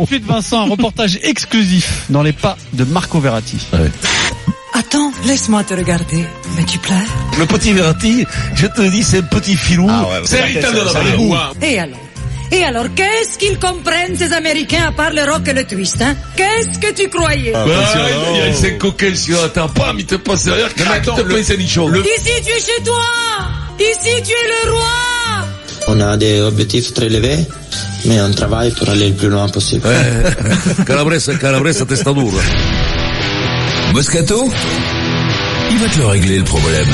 de suite, Vincent, un reportage exclusif dans les pas de Marco Verratti. Ouais. Attends, laisse-moi te regarder. Mais tu plais? Le petit Verratti, je te dis, c'est un petit filou. C'est irritant de la boue. Et alors, qu'est-ce qu'ils comprennent, ces Américains, à part le rock et le twist, hein? Qu'est-ce que tu croyais? Il y a ces coquins sur la table. Bam, il te passe derrière, crac, il te passe un nichon. Ici, tu es chez toi! Ici, tu es le roi! On a des objectifs très élevés, mais on travaille pour aller le plus loin possible. Calabresa testa dura. Moscato, il va te le régler le problème.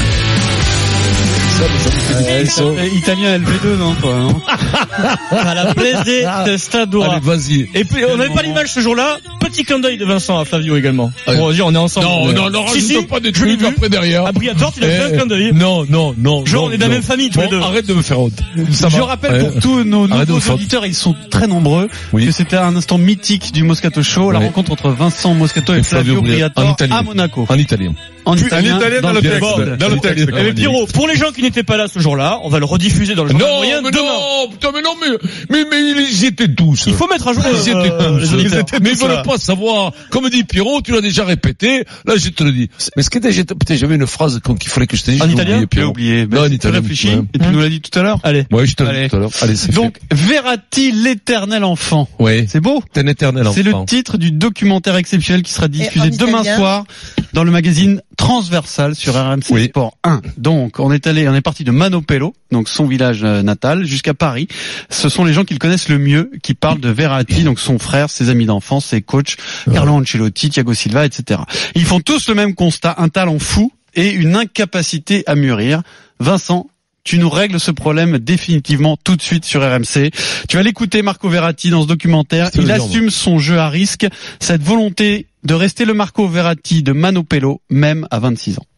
Italien LV2, non, quoi, non? Calabresa testa dura. Allez, vas-y. Et puis, on n'avait pas l'image ce jour-là. Petit clin d'œil de Vincent à Flavio également. Pour dire, on est ensemble. Non, rajoute pas des trucs après derrière. À Briatore, tu l'as fait un clin d'œil. Non. Genre, on est de la même famille, tous les deux. Arrête de me faire honte. Je rappelle pour tous nos nouveaux auditeurs, ils sont très nombreux, que c'était un instant mythique du Moscato Show, la rencontre entre Vincent Moscato et Flavio Briatore à Monaco. En italien. En italien dans le texte. Dans le texte. Mais Pierrot, pour les gens qui n'étaient pas là ce jour-là, on va le rediffuser dans le journal moyen demain. Mais ils y étaient tous. Il faut mettre à jour Ils y étaient tous. Mais ils tous, veulent pas savoir. Comme dit Pierrot, tu l'as déjà répété. Là, je te le dis. Mais est-ce que j'avais une phrase qu'il fallait que je te dise? En italien? J'ai oublié. Non, en italien. Réfléchis. Et tu nous l'as dit tout à l'heure? Allez. Ouais, je te l'ai dit tout à l'heure. Allez, c'est fait. Donc, Verratti, l'éternel enfant. Ouais. C'est beau? T'es un éternel enfant. C'est le titre du documentaire exceptionnel qui sera diffusé demain soir dans le magazine Transversal sur RMC Sport 1. Donc, on est parti de Manopello, donc son village natal, jusqu'à Paris. Ce sont les gens qui le connaissent le mieux, qui parlent de Verratti, donc son frère, ses amis d'enfance, ses coachs, Carlo Ancelotti, Thiago Silva, etc. Ils font tous le même constat, un talent fou et une incapacité à mûrir. Vincent, tu nous règles ce problème définitivement tout de suite sur RMC. Tu vas l'écouter, Marco Verratti, dans ce documentaire. Il assume son jeu à risque, cette volonté de rester le Marco Verratti de Manopello, même à 26 ans.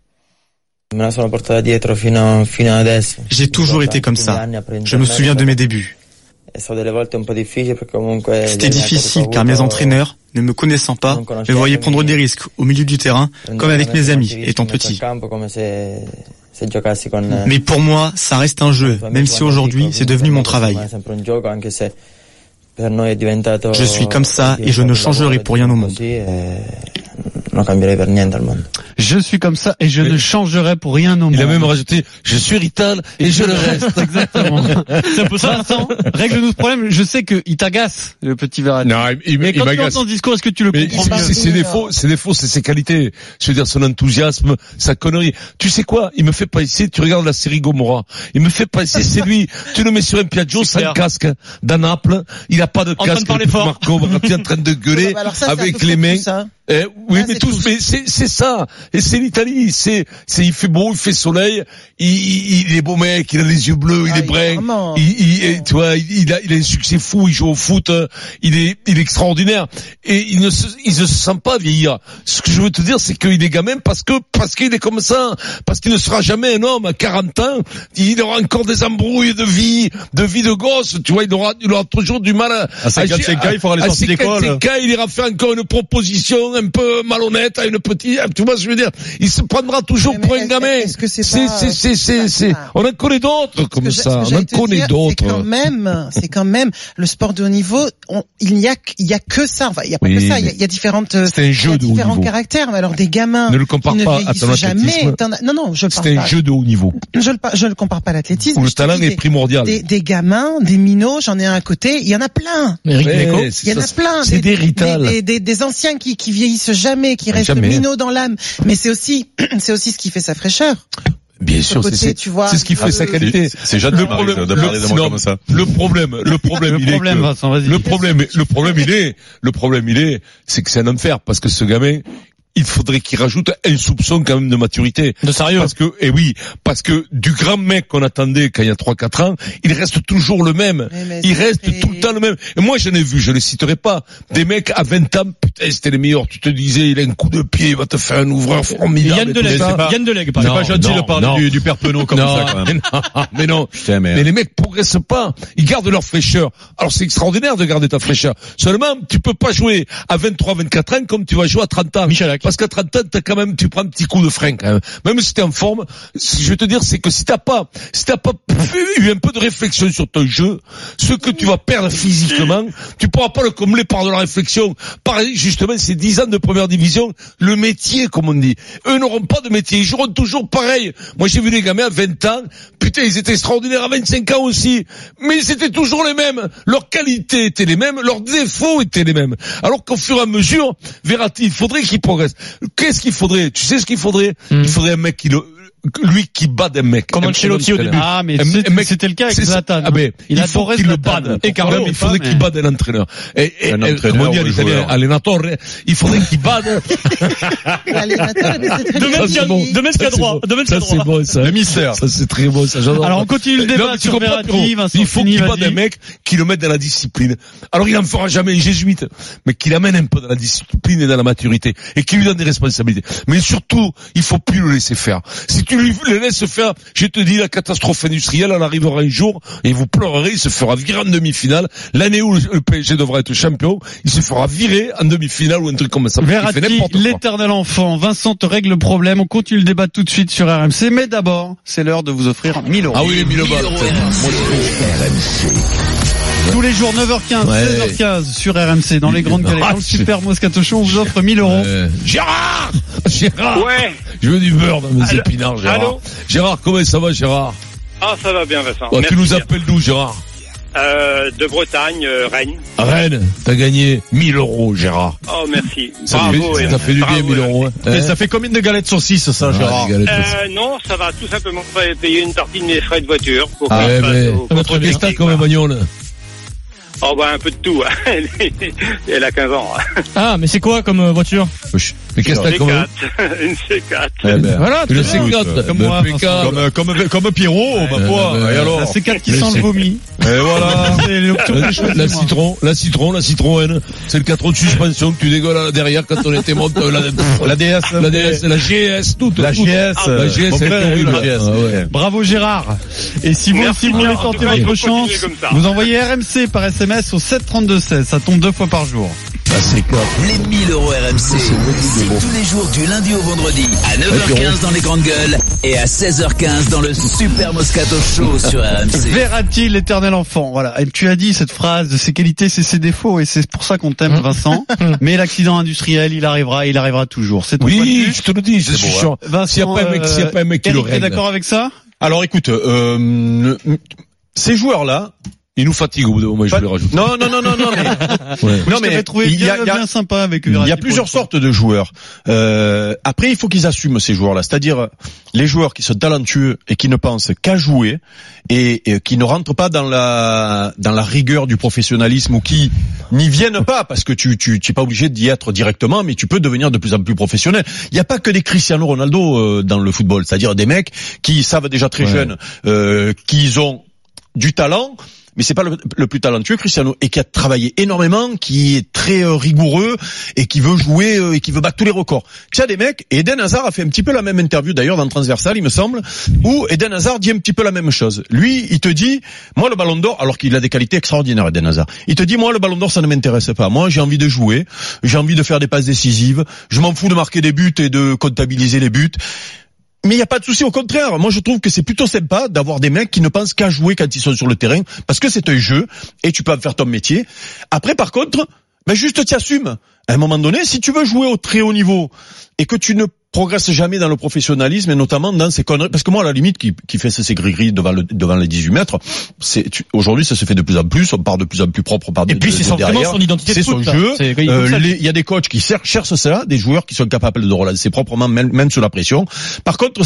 J'ai toujours été comme ça. Je me souviens de mes débuts. C'était difficile car mes entraîneurs, ne me connaissant pas, me voyaient prendre des risques au milieu du terrain, comme avec mes amis, étant petit. Mais pour moi, ça reste un jeu, même si aujourd'hui, c'est devenu mon travail. Je suis comme ça et je ne changerai pour rien au monde. Je suis comme ça et je ne changerai pour rien au monde. Il a même rajouté, je suis Rital et je le reste. Exactement. C'est un peu ça, Vincent. Règle-nous ce problème. Je sais qu'il t'agace, le petit Verratti. Non, mais quand tu entends ce discours, est-ce que tu le comprends bien? C'est défauts, c'est ses qualités. Je veux dire, son enthousiasme, sa connerie. Tu sais quoi? Il me fait passer, tu regardes la série Gomorrah. Il me fait passer, c'est lui. Tu le mets sur un Piaggio sans casque, dans Naples. Il a pas de casque. Marco Verratti en train de gueuler avec les mains. Oui, mais tous, mais c'est ça. Et c'est l'Italie. Il fait beau, il fait soleil. Il est beau mec, il a les yeux bleus, il est brun. Tu vois, il a un succès fou, il joue au foot. Il est extraordinaire. Et il ne se sent pas vieillir. Ce que je veux te dire, c'est qu'il est gamin parce qu'il est comme ça. Parce qu'il ne sera jamais un homme à 40 ans. Il aura encore des embrouilles de vie de gosse. Tu vois, il aura toujours du mal à 55 ans, il faudra aller sortir d'école. 55 ans, il ira faire encore une proposition un peu malhonnête à une petite, tu vois ce que je veux dire? Il se prendra toujours pour un gamin. On en connaît d'autres comme ça. On en connaît d'autres. C'est quand même le sport de haut niveau. Il y a que ça. Enfin, il y a pas que ça. Il y a différentes. C'est un jeu de haut niveau. Caractères. Mais alors des gamins. Ne le compare pas à ton athlétisme. Non, je parle pas. C'est un jeu de haut niveau. Je le compare pas à l'athlétisme. Où le talent est primordial. Des gamins, des minots. J'en ai un à côté. Il y en a plein. Il y en a plein. C'est des Rital. Des anciens qui vieillissent jamais, qui restent minots dans l'âme. Mais c'est aussi ce qui fait sa fraîcheur. Bien sûr, c'est ce qui fait sa qualité. C'est Jeanne de parler de moi comme ça. Le problème, il est, c'est que c'est un enfer parce que ce gamin, il faudrait qu'il rajoute un soupçon quand même de maturité. De sérieux. Parce que du grand mec qu'on attendait quand il y a 3-4 ans, il reste toujours le même. Il reste tout le temps le même. Et moi, j'en ai vu, je les citerai pas, des mecs à 20 ans, putain, c'était les meilleurs. Tu te disais, il a un coup de pied, il va te faire un ouvreur formidable. Yann Delegue, c'est pas gentil de parler du père Penaud comme ça, quand même. Mais non. Mais les mecs progressent pas. Ils gardent leur fraîcheur. Alors c'est extraordinaire de garder ta fraîcheur. Seulement, tu peux pas jouer à 23-24 ans comme tu vas jouer à 30 ans. Michalak. Parce qu'à 30 ans, tu prends un petit coup de frein, quand même. Même si t'es en forme, je vais te dire, c'est que si t'as pas eu un peu de réflexion sur ton jeu, ce que tu vas perdre physiquement, tu pourras pas le combler par de la réflexion. Pareil, justement, ces 10 ans de première division, le métier, comme on dit. Eux n'auront pas de métier. Ils joueront toujours pareil. Moi, j'ai vu des gamins à 20 ans. Putain, ils étaient extraordinaires à 25 ans aussi. Mais c'était toujours les mêmes. Leurs qualités étaient les mêmes. Leurs défauts étaient les mêmes. Alors qu'au fur et à mesure, Verratti, il faudrait qu'il progresse. Qu'est-ce qu'il faudrait? Tu sais ce qu'il faudrait? Il faudrait un mec lui qui bade un mec. Comme Ancelotti au début. Ah, mais c'était le cas avec Zlatan. Ah, mais il faut qu'il le bade. Et Carlo, il faudrait qu'il bade un entraîneur. Comme on dit à l'italien, Allenatore, il faudrait qu'il bade. Deux mètres à droite. Ça, c'est bon, ça. Le mystère. Ça, c'est très bon, ça. J'adore. Alors, on continue le débat sur Verratti. Il faut qu'il bade un mec qui le mette dans la discipline. Alors, il en fera jamais un jésuite, mais qu'il l'amène un peu dans la discipline et dans la maturité. Et qu'il lui donne des responsabilités. Mais surtout, il faut plus le laisser faire. Si tu le laisses faire, je te dis, la catastrophe industrielle, elle arrivera un jour, et vous pleurerez, il se fera virer en demi-finale. L'année où le PSG devra être champion, il se fera virer en demi-finale ou un truc comme ça. Verratti, l'éternel enfant. Vincent te règle le problème. On continue le débat tout de suite sur RMC. Mais d'abord, c'est l'heure de vous offrir 1000 euros. Ah oui, les 1000 euros. Tous les jours, 9h15, 16h15 sur RMC, dans les grandes calais. Dans le Super Moscato Show, on vous offre 1000 euros. Gérard! Ouais. Je veux du beurre dans mes épinards, Gérard. Allô? Gérard, comment ça va, Gérard? Ah, ça va bien, Vincent. Tu nous appelles d'où, Gérard? De Bretagne, Rennes. Rennes, t'as gagné 1000 euros, Gérard. Oh, merci. Bravo. Ça fait du bien, 1000 euros. Et ça fait combien de galettes saucisses, ça, Gérard? Non, ça va tout simplement payer une partie de mes frais de voiture. Notre destin comme un bagnole. Oh, bah, un peu de tout. Elle a 15 ans. Ah, mais c'est quoi comme voiture? Mais qu'est-ce que t'as comme une C4. Voilà, une C4. Comme moi, comme Pierrot, ma foi. Et alors? La C4 qui sent le vomi. Et voilà. La Citroën. C'est le 4 de suspension que tu dégoles derrière quand on était monté, la DS, la GS, toute. La GS, c'est horrible. Bravo Gérard. Et si vous voulez tenter votre chance, vous envoyez RMC par SMS au 732-16. Ça tombe 2 fois par jour. Les 1000 euros RMC, c'est tous les jours du lundi au vendredi à 9h15 dans les grandes gueules et à 16h15 dans le Super Moscato Show sur RMC. Verratti, l'éternel enfant. Voilà. Et tu as dit cette phrase de ses qualités, c'est ses défauts, et c'est pour ça qu'on t'aime, Vincent. Mais l'accident industriel, il arrivera toujours. C'est oui, je te le dis, je suis sûr. S'il n'y a pas un mec qui le règle. T'es d'accord avec ça? Alors écoute, ces joueurs-là, il nous fatigue au bout d'un moment, je vais le rajouter. Non, mais il y a bien sympa avec Verratti. Il y a plusieurs sortes de joueurs. Après, il faut qu'ils assument ces joueurs-là, c'est-à-dire les joueurs qui sont talentueux et qui ne pensent qu'à jouer et qui ne rentrent pas dans la rigueur du professionnalisme ou qui n'y viennent pas parce que tu es pas obligé d'y être directement, mais tu peux devenir de plus en plus professionnel. Il n'y a pas que des Cristiano Ronaldo dans le football, c'est-à-dire des mecs qui savent déjà très jeunes qu'ils ont du talent. Mais c'est pas le plus talentueux, Cristiano, et qui a travaillé énormément, qui est très rigoureux et qui veut jouer et qui veut battre tous les records. Tu as des mecs, et Eden Hazard a fait un petit peu la même interview d'ailleurs dans Transversal, il me semble, où Eden Hazard dit un petit peu la même chose. Lui, il te dit, moi le Ballon d'Or, alors qu'il a des qualités extraordinaires, Eden Hazard, il te dit, moi le Ballon d'Or ça ne m'intéresse pas. Moi j'ai envie de jouer, j'ai envie de faire des passes décisives, je m'en fous de marquer des buts et de comptabiliser les buts. Mais il n'y a pas de souci, au contraire. Moi, je trouve que c'est plutôt sympa d'avoir des mecs qui ne pensent qu'à jouer quand ils sont sur le terrain, parce que c'est un jeu, et tu peux en faire ton métier. Après, par contre, juste t'y assumes. À un moment donné, si tu veux jouer au très haut niveau, et que tu ne progresses jamais dans le professionnalisme, et notamment dans ces conneries, parce que moi, à la limite, qui fait ces gris-gris devant les 18 mètres, aujourd'hui, ça se fait de plus en plus, on part de plus en plus propre par derrière. Et puis, c'est simplement son identité de foot. C'est son jeu. Il y a des coachs qui cherchent cela, des joueurs qui sont capables de relancer proprement, même sous la pression. Par contre,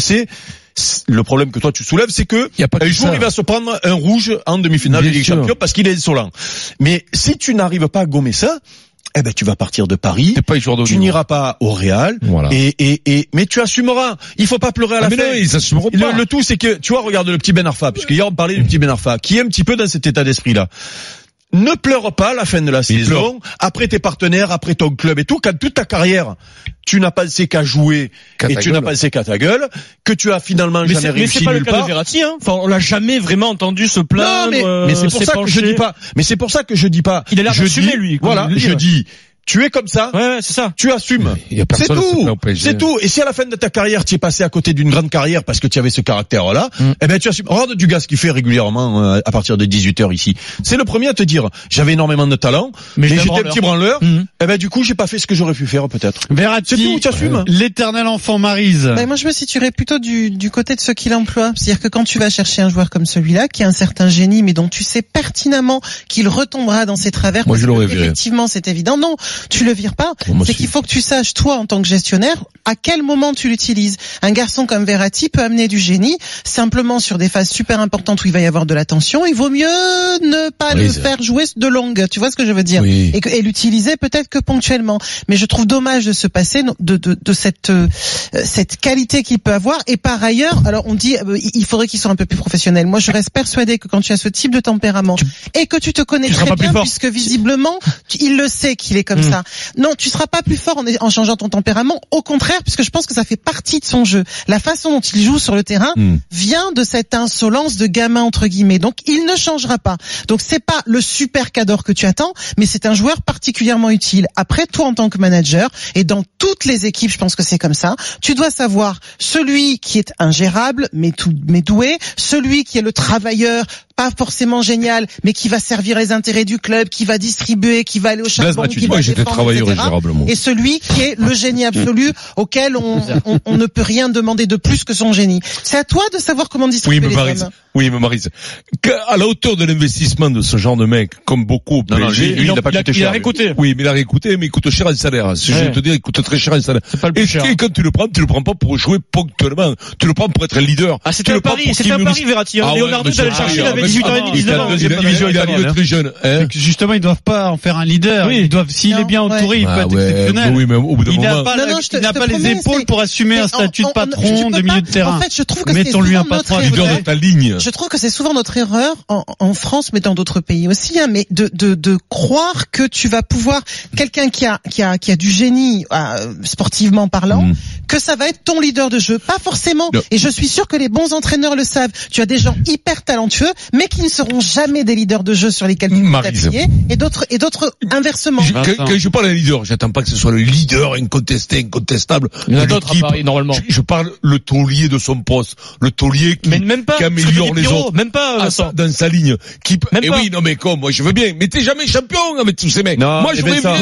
le problème que toi tu soulèves, c'est que un jour il va se prendre un rouge en demi-finale de Ligue des Champions parce qu'il est insolent. Mais si tu n'arrives pas à gommer ça, tu vas partir de Paris. Tu n'iras pas au Real. Voilà. Mais tu assumeras. Il faut pas pleurer à la fin. Non, ils assumeront pas. Le tout, c'est que, tu vois, regarde le petit Ben Arfa, puisque hier on parlait du petit Ben Arfa, qui est un petit peu dans cet état d'esprit-là. Ne pleure pas à la fin de la saison, après tes partenaires, après ton club et tout, quand toute ta carrière, tu n'as pensé qu'à jouer et tu n'as pensé qu'à ta gueule, que tu as finalement jamais réussi nulle part. Mais c'est pas le cas de Verratti, hein. Enfin, on l'a jamais vraiment entendu se plaindre. Non, mais c'est pour ça que je dis pas. Mais c'est pour ça que je dis pas. Il a l'air d'assumer, lui. Voilà, je dis, Tu es comme ça. Ouais, c'est ça. Tu assumes. C'est tout. C'est tout. Et si à la fin de ta carrière, tu es passé à côté d'une grande carrière parce que tu avais ce caractère-là, eh ben, tu assumes. Regarde Dugas qui fait régulièrement, à partir de 18h ici. C'est le premier à te dire, j'avais énormément de talent, mais j'étais un petit branleur. Eh ben, du coup, j'ai pas fait ce que j'aurais pu faire, peut-être. Verratti, c'est tout, tu assumes. L'éternel enfant Maryse. Moi, je me situerais plutôt du côté de ceux qui l'emploient. C'est-à-dire que quand tu vas chercher un joueur comme celui-là, qui a un certain génie, mais dont tu sais pertinemment qu'il retombera dans ses travers. Moi, je l'aurais viré. Effectivement, c'est évident. Non, tu le vires pas. C'est qu'il faut que tu saches, toi, en tant que gestionnaire, à quel moment tu l'utilises. Un garçon comme Verratti peut amener du génie, simplement sur des phases super importantes où il va y avoir de la tension. Il vaut mieux ne pas le faire jouer de longue. Tu vois ce que je veux dire? Et l'utiliser peut-être que ponctuellement. Mais je trouve dommage de se passer de cette qualité qu'il peut avoir. Et par ailleurs, alors on dit, il faudrait qu'il soit un peu plus professionnel. Moi, je reste persuadé que quand tu as ce type de tempérament et que tu te connais très bien, puisque visiblement, il le sait qu'il est comme ça. Non, tu seras pas plus fort en changeant ton tempérament. Au contraire, puisque je pense que ça fait partie de son jeu. La façon dont il joue sur le terrain vient de cette insolence de gamin entre guillemets. Donc, il ne changera pas. Donc, c'est pas le super cador que tu attends, mais c'est un joueur particulièrement utile. Après, toi, en tant que manager, et dans toutes les équipes, je pense que c'est comme ça, tu dois savoir celui qui est ingérable, mais doué, celui qui est le travailleur, pas forcément génial, mais qui va servir les intérêts du club, qui va distribuer, qui va aller au charbon, qui va défendre, etc. Et celui qui est le génie absolu, auquel on ne peut rien demander de plus que son génie. C'est à toi de savoir comment distribuer les hommes. Oui, mais Maryse, à la hauteur de l'investissement de ce genre de mec, comme beaucoup au PSG, il a réécouté. Oui, mais il a réécouté, mais il coûte cher en salaire. Je vais te dire, il coûte très cher en salaire. C'est pas le plus cher. Et quand tu le prends pas pour jouer ponctuellement. Tu le prends pour être un leader. Ah, c'était à Paris, Verratti. Leonardo, tu allais le chercher, il avait 18 ans et demi, 19 ans. Deuxième division, il arrive très jeune. Justement, ils doivent pas en faire un leader. Ils doivent, s'il est bien entouré, il peut être exceptionnel. Oui, mais au bout d'un moment. Il n'a pas les épaules pour assumer un statut de patron de milieu de terrain. En fait, je trouve que mettons-lui un patron leader de ta ligne. Je trouve que c'est souvent notre erreur en France, mais dans d'autres pays aussi, mais de croire que tu vas pouvoir, quelqu'un qui a du génie, sportivement parlant, que ça va être ton leader de jeu. Pas forcément. Et je suis sûr que les bons entraîneurs le savent. Tu as des gens hyper talentueux, mais qui ne seront jamais des leaders de jeu sur lesquels tu peux t'appuyer, et d'autres inversement. Quand je parle d'un leader, j'attends pas que ce soit le leader incontestable. Il y en a d'autres à Paris, normalement. Je parle le taulier de son poste, le taulier qui améliore les autres. Même pas, dans sa ligne. Oui, non, mais moi je veux bien. Mais t'es jamais champion avec tous ces mecs. Non, moi je veux bien.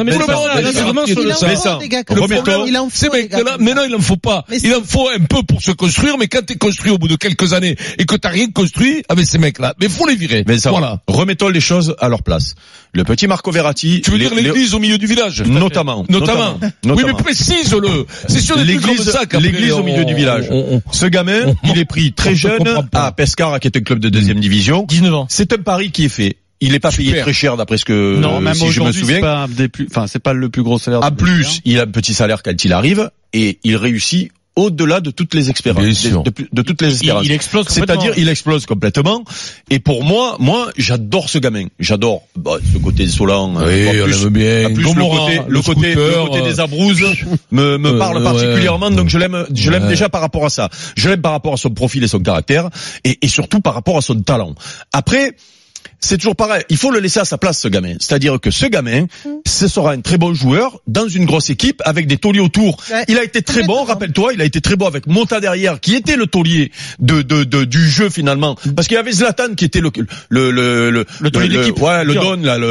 Ces mecs-là, mais non, il en faut pas. Il en faut un peu pour se construire, mais quand t'es construit au bout de quelques années et que t'as rien construit avec ces mecs-là, mais faut les virer. Mais ça, voilà. Remettons les choses à leur place. Le petit Marco Verratti. Tu veux dire l'église au milieu du village? Notamment. Oui, mais précise-le. C'est sûr des trucs comme ça. L'église au milieu du village. Ce gamin, il est pris très jeune à Pescara, qui est un club de deuxième division. 19 ans. C'est un pari qui est fait. Il n'est pas payé très cher d'après ce que si je me souviens. C'est pas le plus gros salaire. En plus, il a un petit salaire quand il arrive et il réussit au-delà de toutes les espérances, de toutes les espérances. Il explose complètement. C'est-à-dire, il explose complètement. Et pour moi, j'adore ce gamin. J'adore ce côté insolent. Oui, on l'aime bien. En plus, le côté des Abruzzes me parle particulièrement. Donc, je l'aime déjà par rapport à ça. Je l'aime par rapport à son profil et son caractère, et surtout par rapport à son talent. Après, c'est toujours pareil. Il faut le laisser à sa place, ce gamin. C'est-à-dire que ce gamin, ce sera un très bon joueur dans une grosse équipe avec des tauliers autour. Ouais. Il a été très bon, rappelle-toi, il a été très bon avec Mota derrière, qui était le taulier du jeu finalement. Parce qu'il y avait Zlatan qui était le taulier de l'équipe. Ouais, le Don, là,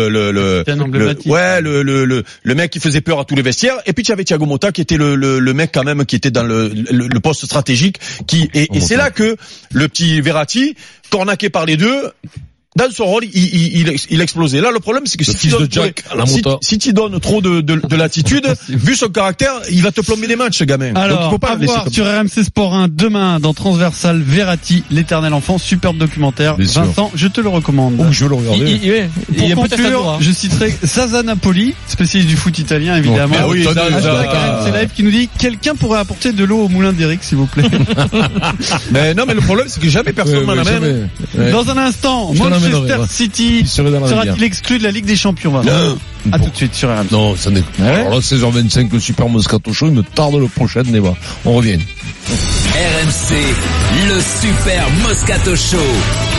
le mec qui faisait peur à tous les vestiaires. Et puis tu avais Thiago Motta qui était le mec quand même qui était dans le poste stratégique et c'est là que le petit Verratti, cornaqué par les deux, dans son rôle, il explosait. Là, le problème, c'est que si tu donnes trop de latitude, vu son caractère, il va te plomber les matchs, ce gamin. Alors, donc, il faut pas à voir sur RMC Sport 1 demain dans Transversal, Verratti, l'éternel enfant, superbe documentaire. Bien Vincent, sûr. je te le recommande. Oh, je le regarder. Pour conclure, je citerai Zaza Napoli, spécialiste du foot italien, évidemment. Ah oui, c'est live qui nous dit, quelqu'un pourrait apporter de l'eau au moulin d'Eric, s'il vous plaît. Mais non, mais le problème, c'est que jamais personne m'en amène. Dans un instant, Manchester City sera-t-il exclu de la Ligue des Champions? À tout de suite sur RMC. Non, ça n'est pas. Alors là, 16h25, le Super Moscato Show, il me tarde le prochain débat. On revient. RMC, le Super Moscato Show.